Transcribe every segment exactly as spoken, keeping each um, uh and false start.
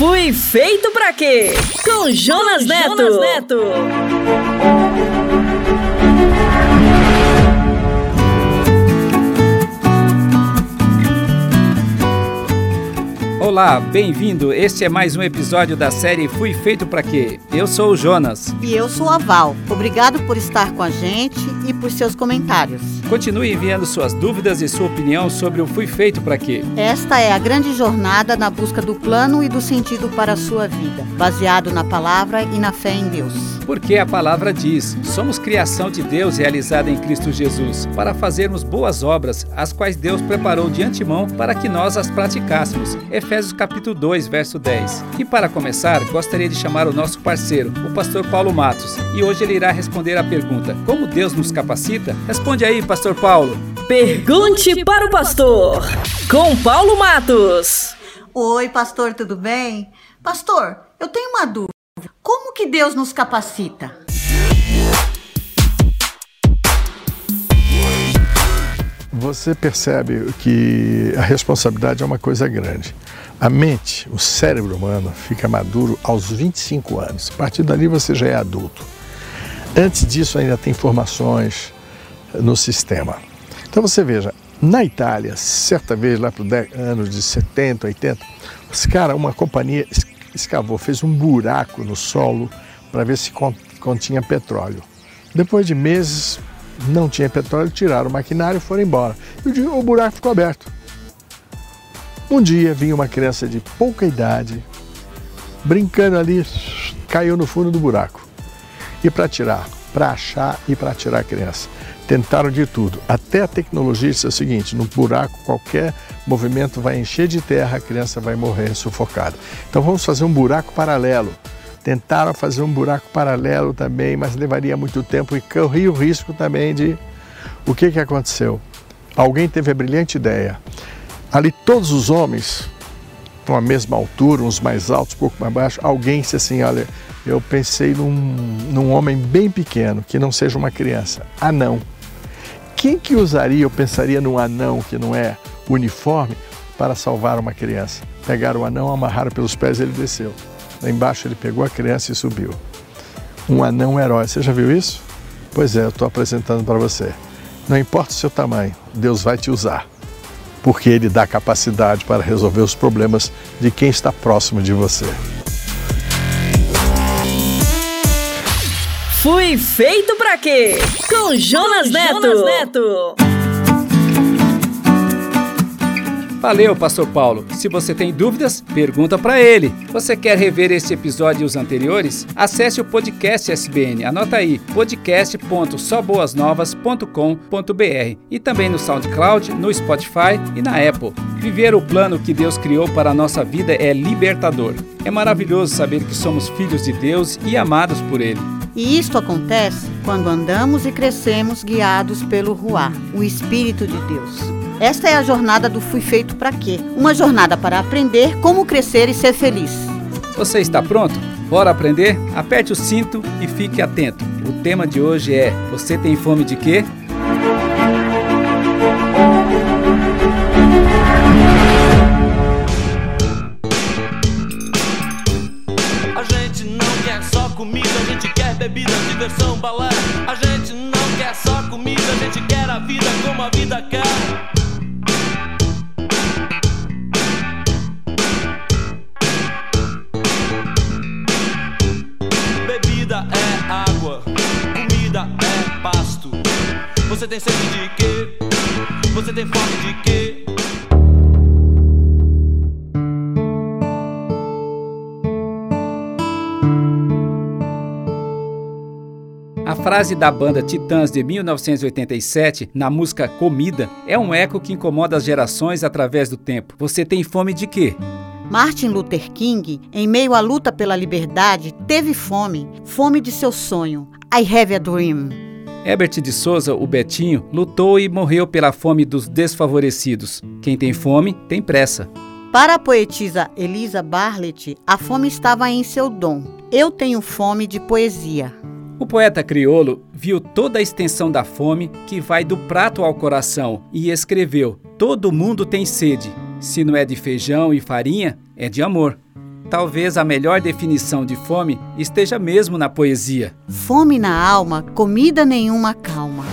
Fui feito pra quê? Com Jonas Neto. Jonas Neto. Olá, bem-vindo. Este é mais um episódio da série Fui Feito Pra Quê? Eu sou o Jonas. E eu sou a Val. Obrigado por estar com a gente e por seus comentários. Continue enviando suas dúvidas e sua opinião sobre o Fui Feito Pra Quê? Esta é a grande jornada na busca do plano e do sentido para a sua vida, baseado na palavra e na fé em Deus. Porque a palavra diz, somos criação de Deus realizada em Cristo Jesus, para fazermos boas obras, as quais Deus preparou de antemão para que nós as praticássemos. Efésios capítulo dois, verso dez. E para começar, gostaria de chamar o nosso parceiro, o pastor Paulo Matos. E hoje ele irá responder a pergunta, como Deus nos capacita? Responde aí, pastor Paulo. Pergunte para o pastor, com Paulo Matos. Oi, pastor, tudo bem? Pastor, eu tenho uma dúvida. Como que Deus nos capacita? Você percebe que a responsabilidade é uma coisa grande. A mente, o cérebro humano, fica maduro aos vinte e cinco anos. A partir dali você já é adulto. Antes disso ainda tem formações no sistema. Então você veja, na Itália, certa vez lá para os anos de setenta, oitenta, os cara, uma companhia escavou, fez um buraco no solo para ver se continha petróleo. Depois de meses, não tinha petróleo, tiraram o maquinário e foram embora. E o buraco ficou aberto. Um dia vinha uma criança de pouca idade, brincando ali, caiu no fundo do buraco. E para tirar, para achar e para tirar a criança. Tentaram de tudo. Até a tecnologia disse o seguinte, no buraco qualquer movimento vai encher de terra, a criança vai morrer sufocada. Então vamos fazer um buraco paralelo. Tentaram fazer um buraco paralelo também, mas levaria muito tempo e corria o risco também de... O que que aconteceu? Alguém teve a brilhante ideia. Ali todos os homens, com a mesma altura, uns mais altos, um pouco mais baixos, alguém disse assim, olha, eu pensei num, num homem bem pequeno, que não seja uma criança, anão. Quem que usaria, eu pensaria num anão que não é uniforme, para salvar uma criança? Pegaram o anão, amarraram pelos pés e ele desceu. Lá embaixo ele pegou a criança e subiu. Um anão herói, você já viu isso? Pois é, eu estou apresentando para você. Não importa o seu tamanho, Deus vai te usar. Porque Ele dá capacidade para resolver os problemas de quem está próximo de você. Fui feito pra quê? Com Jonas Neto. Jonas Neto. Valeu, pastor Paulo. Se você tem dúvidas, pergunta para ele. Você quer rever este episódio e os anteriores? Acesse o podcast S B N. Anota aí, podcast ponto só boas novas ponto com ponto b r e também no SoundCloud, no Spotify e na Apple. Viver o plano que Deus criou para a nossa vida é libertador. É maravilhoso saber que somos filhos de Deus e amados por Ele. E isto acontece quando andamos e crescemos guiados pelo Ruá, o Espírito de Deus. Esta é a jornada do Fui Feito Pra Quê? Uma jornada para aprender como crescer e ser feliz. Você está pronto? Bora aprender? Aperte o cinto e fique atento. O tema de hoje é: você tem fome de quê? A gente não quer só comida, a gente quer bebida, diversão, balé. A gente não quer só comida, a gente quer a vida como a vida quer. Bebida é água, comida é pasto. Você tem sede de quê? Você tem fome de quê? A frase da banda Titãs de mil novecentos e oitenta e sete, na música Comida, é um eco que incomoda as gerações através do tempo. Você tem fome de quê? Martin Luther King, em meio à luta pela liberdade, teve fome, fome de seu sonho. I have a dream. Herbert de Souza, o Betinho, lutou e morreu pela fome dos desfavorecidos. Quem tem fome, tem pressa. Para a poetisa Elisa Bartlett, a fome estava em seu dom. Eu tenho fome de poesia. O poeta crioulo viu toda a extensão da fome que vai do prato ao coração e escreveu: todo mundo tem sede. Se não é de feijão e farinha, é de amor. Talvez a melhor definição de fome esteja mesmo na poesia. Fome na alma, comida nenhuma calma.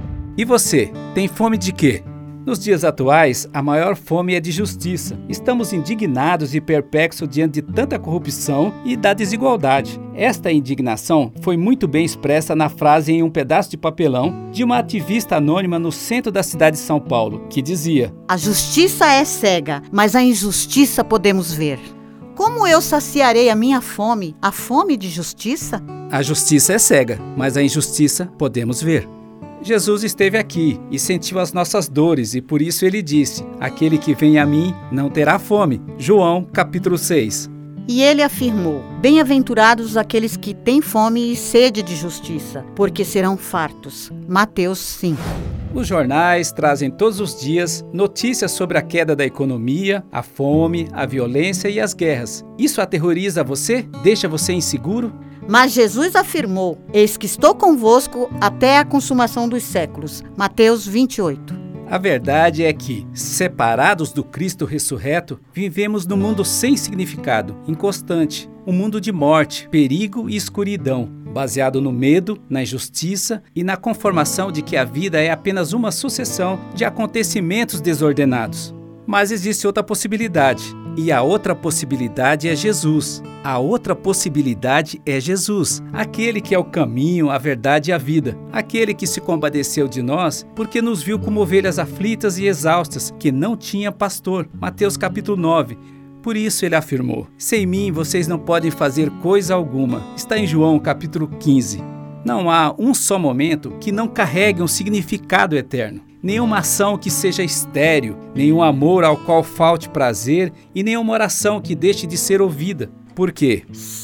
E você, tem fome de quê? Nos dias atuais, a maior fome é de justiça. Estamos indignados e perplexos diante de tanta corrupção e da desigualdade. Esta indignação foi muito bem expressa na frase em um pedaço de papelão de uma ativista anônima no centro da cidade de São Paulo, que dizia: a justiça é cega, mas a injustiça podemos ver. Como eu saciarei a minha fome, a fome de justiça? A justiça é cega, mas a injustiça podemos ver. Jesus esteve aqui e sentiu as nossas dores e por isso ele disse: aquele que vem a mim não terá fome. João capítulo seis. E ele afirmou: bem-aventurados aqueles que têm fome e sede de justiça, porque serão fartos. Mateus cinco. Os jornais trazem todos os dias notícias sobre a queda da economia, a fome, a violência e as guerras. Isso aterroriza você? Deixa você inseguro? Mas Jesus afirmou: eis que estou convosco até a consumação dos séculos. Mateus vinte e oito. A verdade é que, separados do Cristo ressurreto, vivemos num mundo sem significado, inconstante, um mundo de morte, perigo e escuridão, baseado no medo, na injustiça e na conformação de que a vida é apenas uma sucessão de acontecimentos desordenados. Mas existe outra possibilidade, e a outra possibilidade é Jesus. A outra possibilidade é Jesus, aquele que é o caminho, a verdade e a vida, aquele que se compadeceu de nós porque nos viu como ovelhas aflitas e exaustas, que não tinha pastor. Mateus capítulo nove. Por isso ele afirmou: sem mim vocês não podem fazer coisa alguma. Está em João capítulo quinze. Não há um só momento que não carregue um significado eterno. Nenhuma ação que seja estéril, nenhum amor ao qual falte prazer e nenhuma oração que deixe de ser ouvida. Por quê?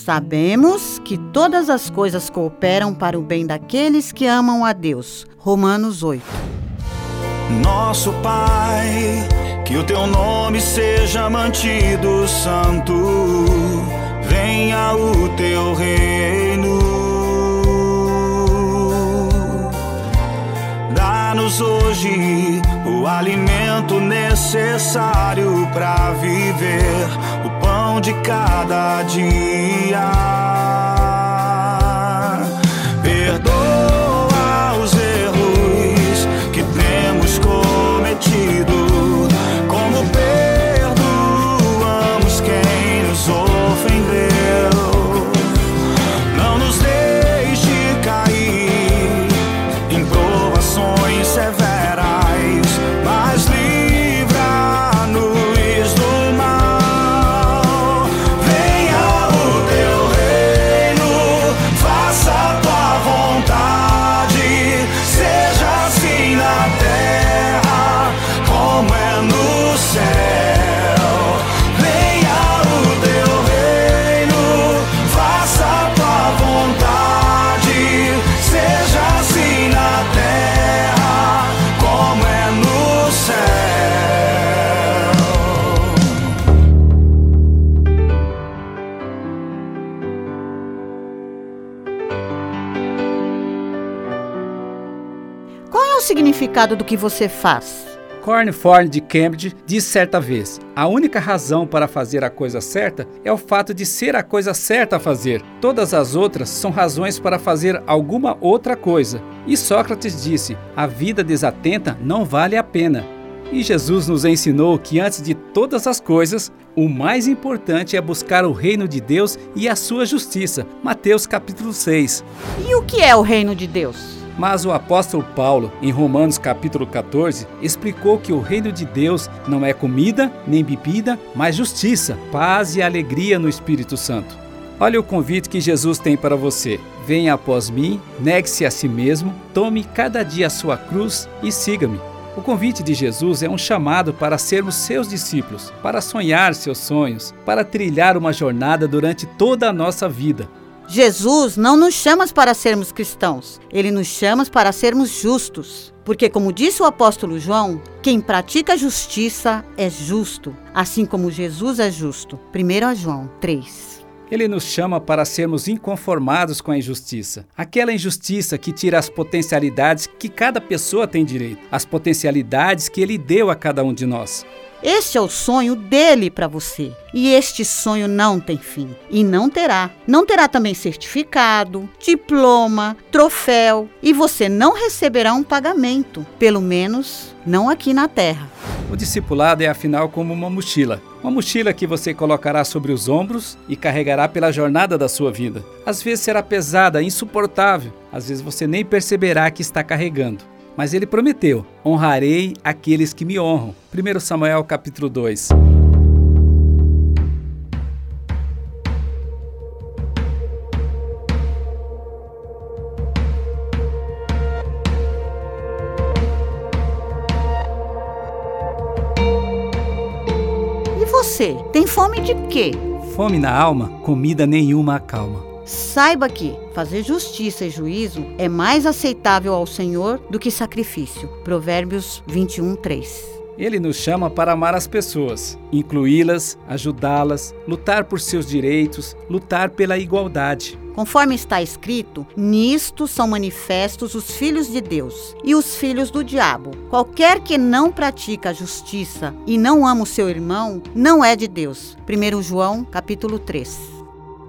Sabemos que todas as coisas cooperam para o bem daqueles que amam a Deus. Romanos oito. Nosso Pai, que o teu nome seja mantido santo, venha o teu reino. Dá-nos hoje o alimento necessário para viver, o pão de cada dia. Perdoa os erros que temos cometido, como perdoamos quem nos ofendeu. Não nos deixe cair em provações severas, mas livra-nos do mal. Venha o teu reino, faça a tua vontade, seja assim na terra como é no céu. Venha o teu reino, faça a tua vontade, seja assim na terra como é no céu. Qual é o significado do que você faz? Cornford de Cambridge disse certa vez: a única razão para fazer a coisa certa é o fato de ser a coisa certa a fazer. Todas as outras são razões para fazer alguma outra coisa. E Sócrates disse: a vida desatenta não vale a pena. E Jesus nos ensinou que antes de todas as coisas, o mais importante é buscar o reino de Deus e a sua justiça. Mateus capítulo seis. E o que é o reino de Deus? Mas o apóstolo Paulo, em Romanos capítulo catorze, explicou que o reino de Deus não é comida nem bebida, mas justiça, paz e alegria no Espírito Santo. Olha o convite que Jesus tem para você. Venha após mim, negue-se a si mesmo, tome cada dia a sua cruz e siga-me. O convite de Jesus é um chamado para sermos seus discípulos, para sonhar seus sonhos, para trilhar uma jornada durante toda a nossa vida. Jesus não nos chama para sermos cristãos, ele nos chama para sermos justos. Porque, como disse o apóstolo João, quem pratica a justiça é justo, assim como Jesus é justo. primeiro João três. Ele nos chama para sermos inconformados com a injustiça. Aquela injustiça que tira as potencialidades que cada pessoa tem direito, as potencialidades que ele deu a cada um de nós. Este é o sonho dele para você. E este sonho não tem fim. E não terá. Não terá também certificado, diploma, troféu. E você não receberá um pagamento. Pelo menos não aqui na terra. O discipulado é afinal como uma mochila. Uma mochila que você colocará sobre os ombros e carregará pela jornada da sua vida. Às vezes será pesada, insuportável. Às vezes você nem perceberá que está carregando. Mas ele prometeu: honrarei aqueles que me honram. primeiro Samuel capítulo dois. E você, tem fome de quê? Fome na alma, comida nenhuma acalma. Saiba que fazer justiça e juízo é mais aceitável ao Senhor do que sacrifício. Provérbios vinte e um, três. Ele nos chama para amar as pessoas, incluí-las, ajudá-las, lutar por seus direitos, lutar pela igualdade. Conforme está escrito, nisto são manifestos os filhos de Deus e os filhos do diabo. Qualquer que não pratica a justiça e não ama o seu irmão, não é de Deus. primeiro João capítulo três.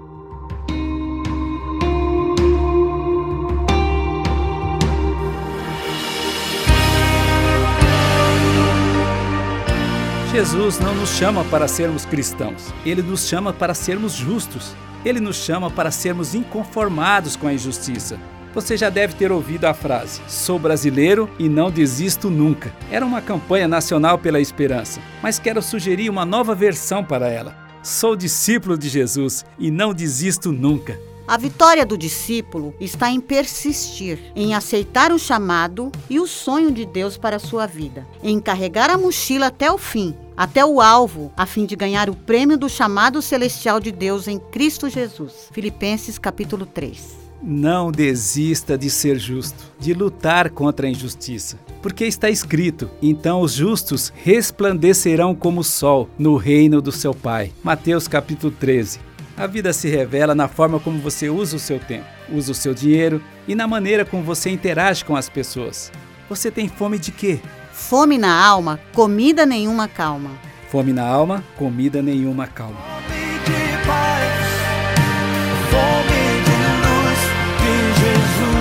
Jesus não nos chama para sermos cristãos, Ele nos chama para sermos justos. Ele nos chama para sermos inconformados com a injustiça. Você já deve ter ouvido a frase: sou brasileiro e não desisto nunca. Era uma campanha nacional pela esperança, mas quero sugerir uma nova versão para ela. Sou discípulo de Jesus e não desisto nunca. A vitória do discípulo está em persistir, em aceitar o chamado e o sonho de Deus para a sua vida, em carregar a mochila até o fim, até o alvo, a fim de ganhar o prêmio do chamado celestial de Deus em Cristo Jesus. Filipenses capítulo três. Não desista de ser justo, de lutar contra a injustiça, porque está escrito: então os justos resplandecerão como o sol no reino do seu Pai. Mateus capítulo treze. A vida se revela na forma como você usa o seu tempo, usa o seu dinheiro e na maneira como você interage com as pessoas. Você tem fome de quê? Fome na alma, comida nenhuma calma. Fome na alma, comida nenhuma calma. Fome de paz, fome de luz de Jesus.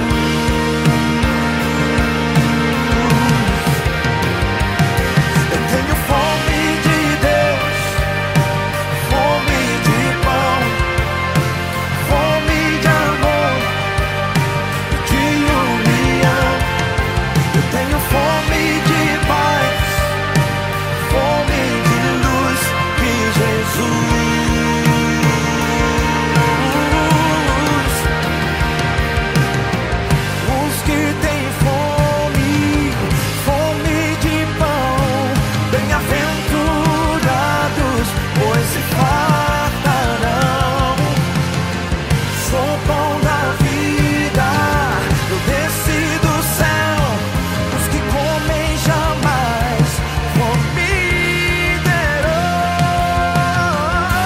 Eu tenho fome de Deus, fome de pão, fome de amor, de união. Eu tenho fome de paz, fome de luz de Jesus. Os que têm fome, fome de pão, bem-aventurados, pois se fartarão. Sou pão da vida, eu desci do céu. Os que comem jamais fome terão.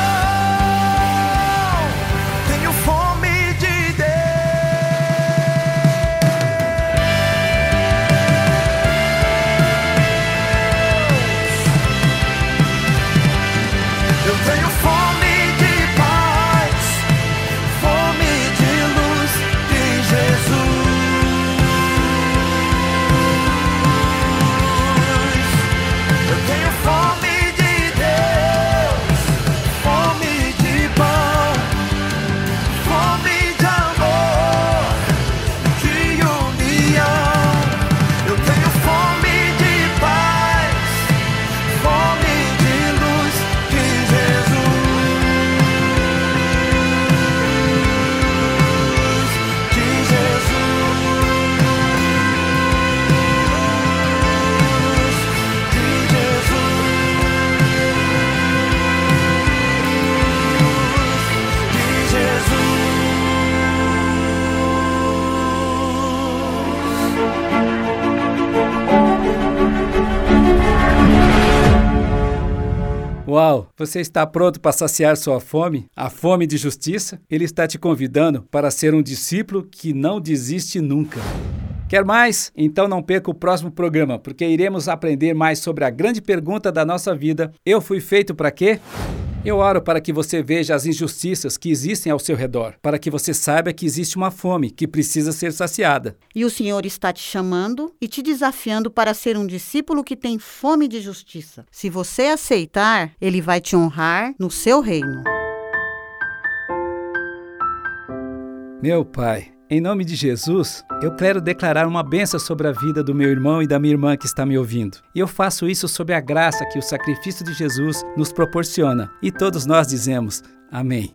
Tenho fome de Deus. Eu tenho fome de paz, fome de luz de Jesus. Eu tenho fome de Deus, fome de pão, fome de amor, de união. Eu tenho fome de paz, fome de luz de Jesus. De Jesus. De Jesus. De Jesus. Uau! Você está pronto para saciar sua fome? A fome de justiça? Ele está te convidando para ser um discípulo que não desiste nunca. Quer mais? Então não perca o próximo programa, porque iremos aprender mais sobre a grande pergunta da nossa vida: eu fui feito para quê? Eu oro para que você veja as injustiças que existem ao seu redor, para que você saiba que existe uma fome que precisa ser saciada. E o Senhor está te chamando e te desafiando para ser um discípulo que tem fome de justiça. Se você aceitar, Ele vai te honrar no seu reino. Meu Pai, em nome de Jesus, eu quero declarar uma bênção sobre a vida do meu irmão e da minha irmã que está me ouvindo. E eu faço isso sob a graça que o sacrifício de Jesus nos proporciona. E todos nós dizemos amém.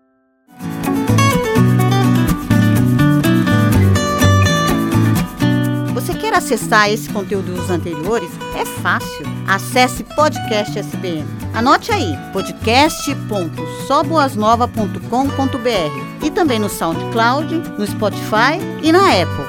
Você quer acessar esse conteúdo dos anteriores? É fácil. Acesse Podcast S B N. Anote aí, podcast ponto só boas nova ponto com ponto b r e também no SoundCloud, no Spotify e na Apple.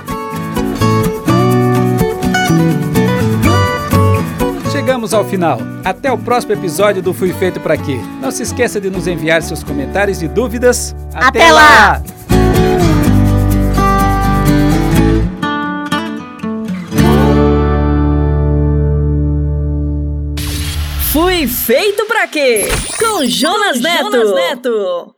Chegamos ao final. Até o próximo episódio do Fui Feito Pra Quê. Não se esqueça de nos enviar seus comentários e dúvidas. Até, Até lá! lá! Fui Feito Pra Quê? Com Jonas, Com Jonas Neto. Neto.